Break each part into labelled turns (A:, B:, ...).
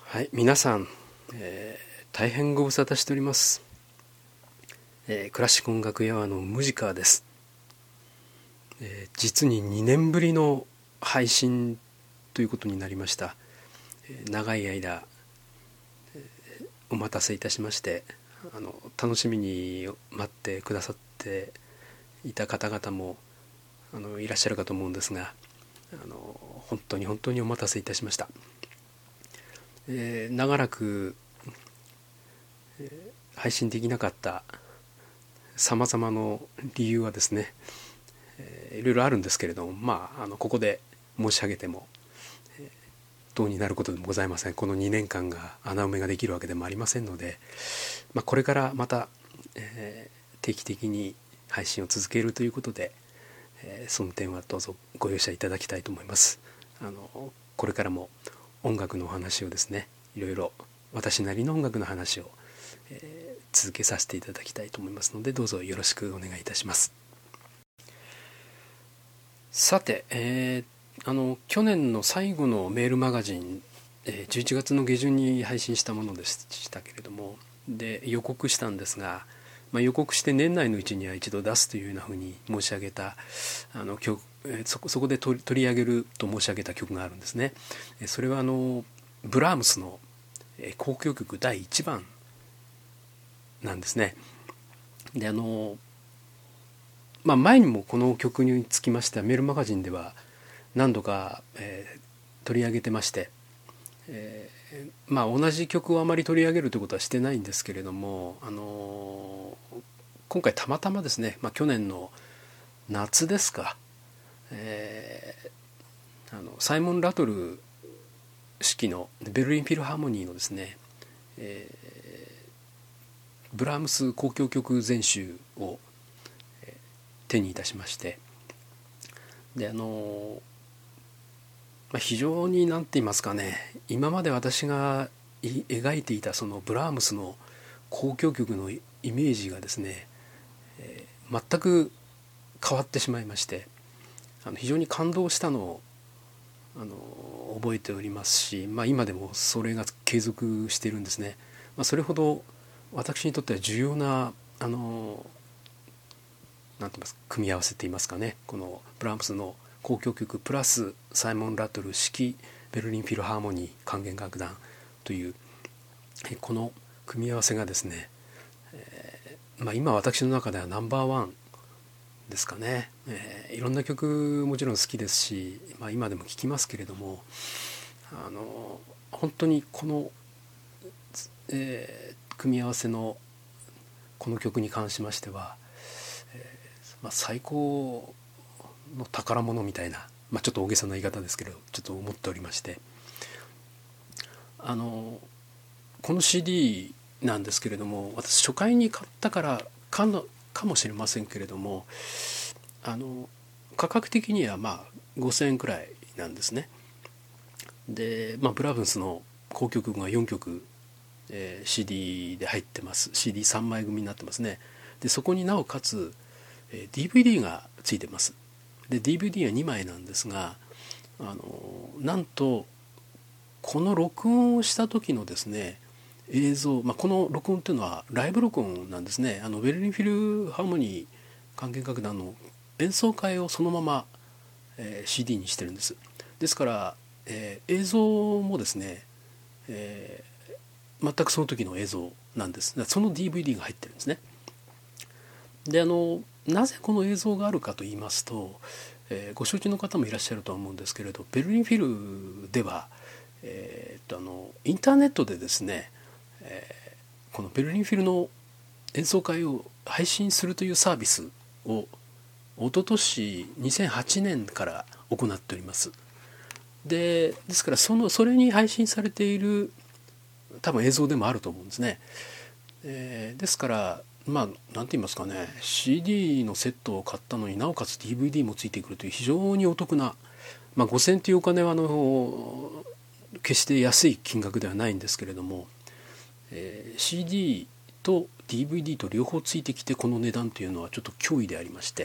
A: はい、皆さん、大変ご無沙汰しております。クラシック音楽屋のムジカーです。実に2年ぶりの配信ということになりました。長い間、お待たせいたしまして、楽しみに待ってくださっていた方々もいらっしゃるかと思うんですが、本当にお待たせいたしました。長らく、配信できなかったさまざまな理由はですね、いろいろあるんですけれども、ここで申し上げても、どうになることでもございません。この2年間が穴埋めができるわけでもありませんので、これからまた、定期的に配信を続けるということで、その点はどうぞご容赦いただきたいと思います。これからも音楽のお話をですね、いろいろ私なりの音楽の話を、続けさせていただきたいと思いますので、どうぞよろしくお願いいたします。さて、去年の最後のメールマガジン、11月の下旬に配信したものでしたけれども、で予告したんですが、予告して年内のうちには一度出すというようなふうに申し上げた曲、そこで取り上げると申し上げた曲があるんですね。それはブラームスの交響曲第1番なんですね。で前にもこの曲につきましてはメールマガジンでは何度か、取り上げてまして、同じ曲をあまり取り上げるということはしてないんですけれども、今回たまたまですね、去年の夏ですか、サイモン・ラトル指揮のベルリンフィルハーモニーのですね、ブラームス交響曲全集を手にいたしまして、で非常に何て言いますかね、今まで私が描いていたそのブラームスの交響曲のイメージがですね、全く変わってしまいまして、非常に感動したのを覚えておりますし、今でもそれが継続しているんですね。それほど私にとっては重要ななんて言いますか、組み合わせといいますかね、このブラームスの交響曲プラスサイモン・ラトル指揮ベルリンフィルハーモニー管弦楽団というこの組み合わせがですね、今私の中ではナンバーワンですかね。いろんな曲もちろん好きですし、今でも聴きますけれども、本当にこの、組み合わせのこの曲に関しましては、最高の宝物みたいな、ちょっと大げさな言い方ですけど、ちょっと思っておりまして、この CD なんですけれども、私初回に買ったからかもしれませんけれども、価格的には5000円くらいなんですね。で、ブラームスの交響曲が4曲、CD で入ってます。 CD3 枚組になってますね。でそこになおかつ、DVD がついてます。で DVD は2枚なんですが、なんとこの録音をした時のですね映像、この録音というのはライブ録音なんですね。ベルリンフィルハーモニー管弦楽団の演奏会をそのまま、CD にしてるんです。ですから、映像もですね、全くその時の映像なんです。その DVD が入ってるんですね。でなぜこの映像があるかと言いますと、ご承知の方もいらっしゃるとは思うんですけれど、ベルリンフィルでは、インターネットでですね、このベルリンフィルの演奏会を配信するというサービスを一昨年2008年から行っております。ですからそれに配信されている多分映像でもあると思うんですね。ですからなんて言いますかね、 CD のセットを買ったのになおかつ DVD もついてくるという非常にお得な、5000円というお金は決して安い金額ではないんですけれども、CD と DVD と両方ついてきてこの値段というのはちょっと驚異でありまして、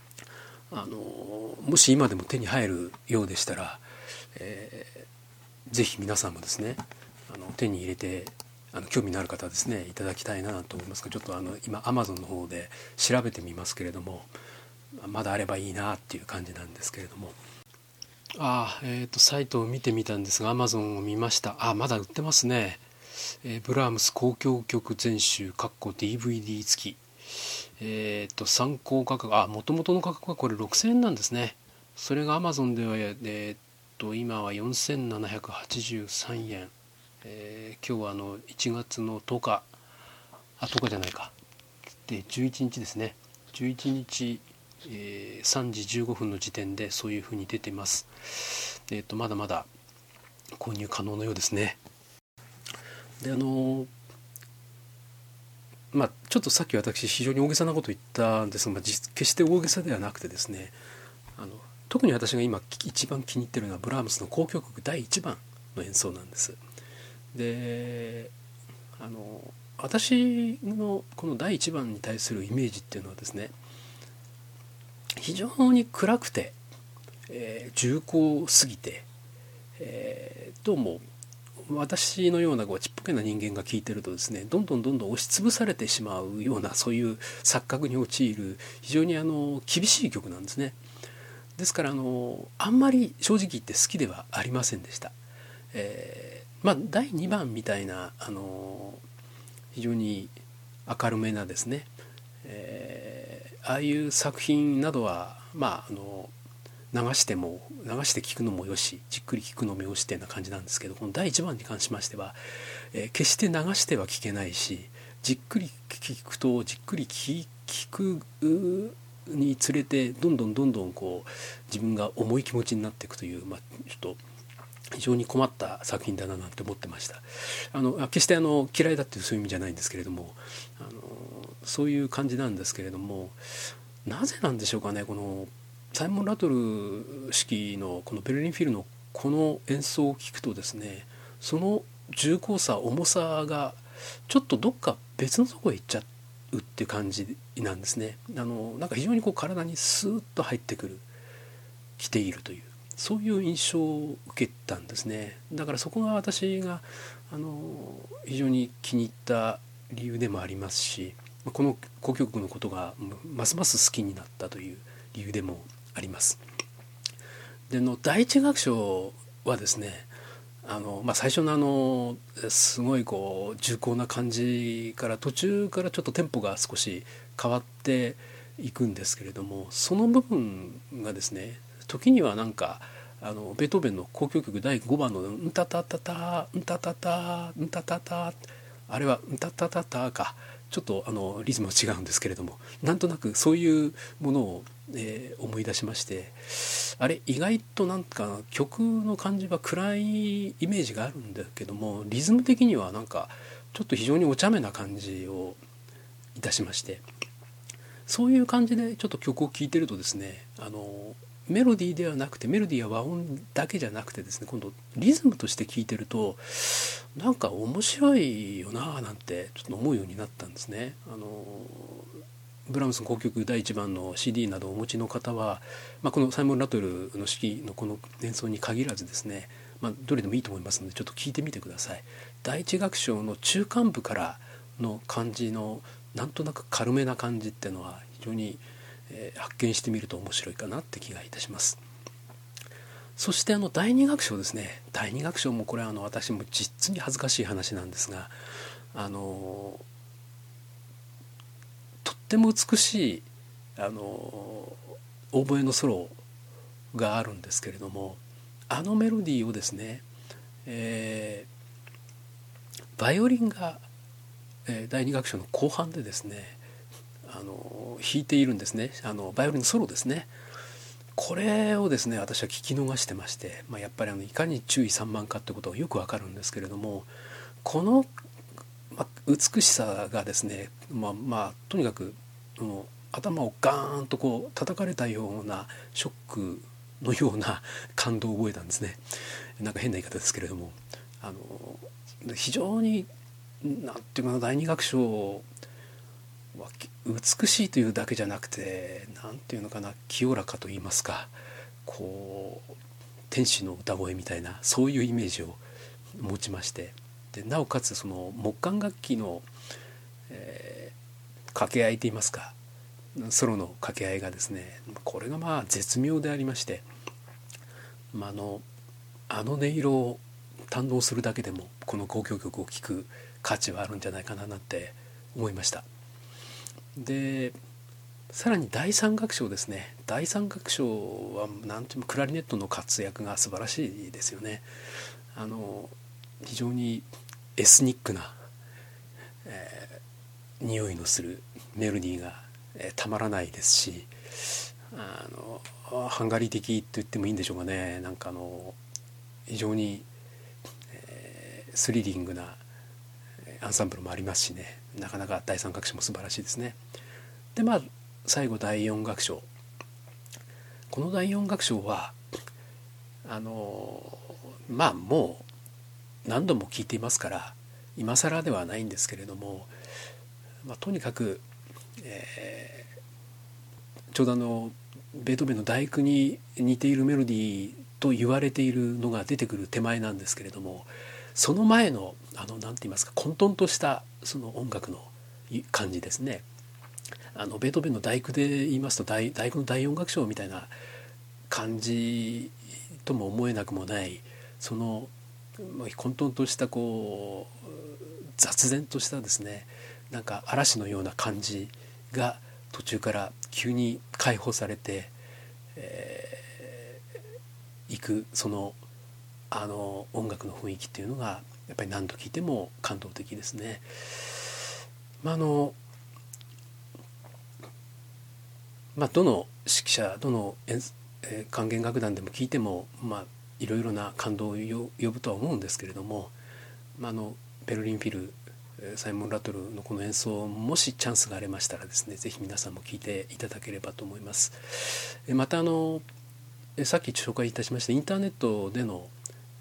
A: もし今でも手に入るようでしたら、ぜひ皆さんもですね手に入れて興味のある方はですねいただきたいなと思いますが、ちょっと今 Amazon の方で調べてみますけれども、まだあればいいなっていう感じなんですけれども、サイトを見てみたんですが Amazon を見ました。まだ売ってますね。ブラームス交響曲全集 DVD 付き、参考価格元々の価格はこれ6000円なんですね。それが Amazon では、今は4783円、今日は1月の10日10日じゃないかで11日ですね。11日、3時15分の時点でそういうふうに出てます。まだまだ購入可能のようですね。でちょっとさっき私非常に大げさなこと言ったんですが、決して大げさではなくてですね、特に私が今一番気に入っているのはブラームスの交響曲第1番の演奏なんです。で私のこの第1番に対するイメージっていうのはですね、非常に暗くて、重厚すぎて、どうも私のようなちっぽけな人間が聴いてるとですね、どんどん押しつぶされてしまうような、そういう錯覚に陥る非常に厳しい曲なんですね。ですからあんまり正直言って好きではありませんでした。第2番みたいな非常に明るめなですね、ああいう作品などは流して聴くのもよし、じっくり聴くのもよしっていうような感じなんですけど、この第1番に関しましては、決して流しては聴けないし、じっくり聴くとじっくり聴くにつれてどんどん自分が重い気持ちになっていくという、ちょっと非常に困った作品だななんて思ってました。決して嫌いだっていうそういう意味じゃないんですけれども、そういう感じなんですけれども、なぜなんでしょうかね。このサイモン・ラトル指揮のこのベルリンフィルのこの演奏を聴くとですね、その重厚さ重さがちょっとどっか別のところへ行っちゃうっていう感じなんですね。なんか非常に体にスーッと入ってきているという、そういう印象を受けたんですね。だからそこが私が非常に気に入った理由でもありますし、この交響曲のことがますます好きになったという理由でもあります。で第一楽章はですね、最初のすごい重厚な感じから途中からちょっとテンポが少し変わっていくんですけれども、その部分がですね、時にはなんかベートーベンの交響曲第5番の「んたたたたんたたたんたたた」あれは「んたたたた」か、ちょっとリズムは違うんですけれども、なんとなくそういうものを、思い出しまして、あれ意外となんか曲の感じは暗いイメージがあるんだけども、リズム的にはなんかちょっと非常にお茶目な感じをいたしまして、そういう感じでちょっと曲を聴いてるとですね、メロディーではなくて、メロディーや和音だけじゃなくてですね、今度リズムとして聴いてるとなんか面白いよななんてちょっと思うようになったんですね。ブラームスの交響曲第1番の CD などをお持ちの方は、このサイモン・ラトルの指揮のこの演奏に限らずですね、どれでもいいと思いますのでちょっと聴いてみてください。第一楽章の中間部からの感じのなんとなく軽めな感じっていうのは非常に発見してみると面白いかなって気がいたします。そして第二楽章ですね。第二楽章もこれは私も実に恥ずかしい話なんですが、とっても美しいオーボエのソロがあるんですけれども、メロディーをですね、バイオリンが、第二楽章の後半でですね弾いているんですね。バイオリンのソロですね。これをですね私は聞き逃してまして、やっぱりいかに注意散漫かってことがよくわかるんですけれども、この、美しさがですね、とにかく頭をガーンと叩かれたようなショックのような感動を覚えたんですね。なんか変な言い方ですけれども、非常になんていうかな、第二楽章は美しいというだけじゃなくて、なんていうのかな、清らかと言いますか、天使の歌声みたいな、そういうイメージを持ちまして、 でなおかつその木管楽器の、掛け合いといいますか、ソロの掛け合いがですね、これがまあ絶妙でありまして、あの音色を堪能するだけでもこの交響曲を聴く価値はあるんじゃないかななんて思いました。でさらに第三楽章ですね。第三楽章はなんていうの、クラリネットの活躍が素晴らしいですよね。非常にエスニックな、匂いのするメロディーが、たまらないですし、ハンガリー的と言ってもいいんでしょうかね。なんか非常に、スリリングなアンサンブルもありますしね、なかなか第三楽章も素晴らしいですね。で最後第四楽章、この第四楽章はもう何度も聴いていますから今更ではないんですけれども、とにかく、ちょうどベートーベンの第九に似ているメロディーと言われているのが出てくる手前なんですけれども、その前のなんて言いますか、混沌としたその音楽の感じですね。ベートーベンの第九で言いますと第九の第四楽章みたいな感じとも思えなくもない、その混沌としたこう雑然としたですね、なんか嵐のような感じが途中から急に解放されていく、その音楽の雰囲気っていうのがやっぱり何度聴いても感動的ですね。どの指揮者どの管弦楽団でも聴いてもいろいろな感動を呼ぶとは思うんですけれども、ベルリンフィルサイモン・ラトルのこの演奏、もしチャンスがありましたらですね、ぜひ皆さんも聴いていただければと思います。またさっき紹介いたしましたインターネットでの、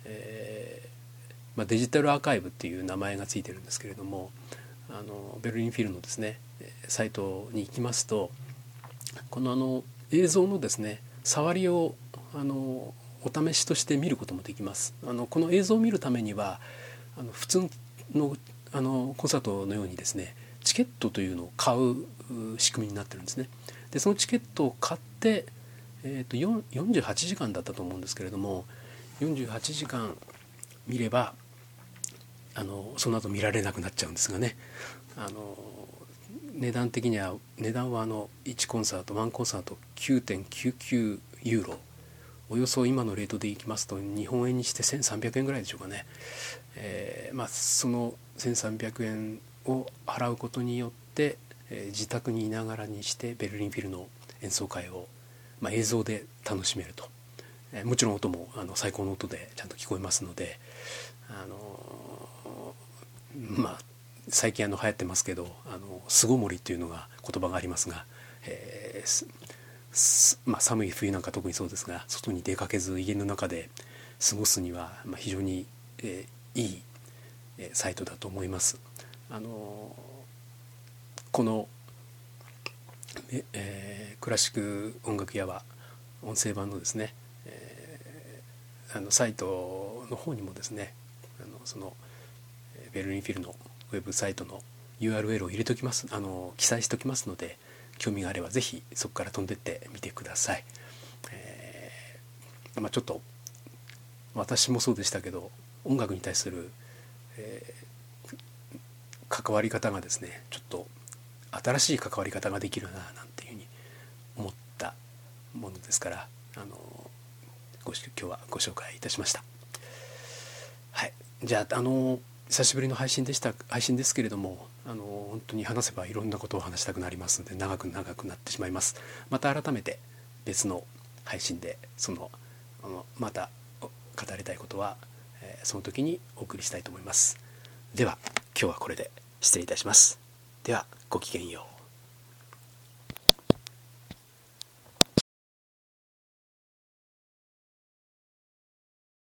A: デジタルアーカイブっていう名前がついてるんですけれども、ベルリンフィルのですねサイトに行きますと、この映像のですね触りをお試しとして見ることもできます。この映像を見るためには普通のコンサートのようにですねチケットというのを買う仕組みになってるんですね。でそのチケットを買って、48時間だったと思うんですけれども、48時間見ればその後見られなくなっちゃうんですがね、値段的には1コンサート1コンサート 9.99 ユーロ、およそ今のレートでいきますと日本円にして1300円ぐらいでしょうかね。その1300円を払うことによって、自宅にいながらにしてベルリンフィルの演奏会を、映像で楽しめると、もちろん音も最高の音でちゃんと聞こえますので、最近流行ってますけど巣ごもりというのが言葉がありますが、寒い冬なんか特にそうですが、外に出かけず家の中で過ごすには、非常に、いいサイトだと思います。この、クラシック音楽屋は音声版のですね、サイトの方にもですねそのベルリンフィルのウェブサイトの URL を入れておきます、記載しておきますので、興味があればぜひそこから飛んでってみてください。ちょっと私もそうでしたけど音楽に対する、関わり方がですね、ちょっと新しい関わり方ができるななんていうふうに思ったものですから、今日はご紹介いたしました。はい、じゃあ久しぶりの配信ですけれども、本当に話せばいろんなことを話したくなりますので長くなってしまいます。また改めて別の配信でまた語りたいことは、その時にお送りしたいと思います。では今日はこれで失礼いたします。ではごきげんよう。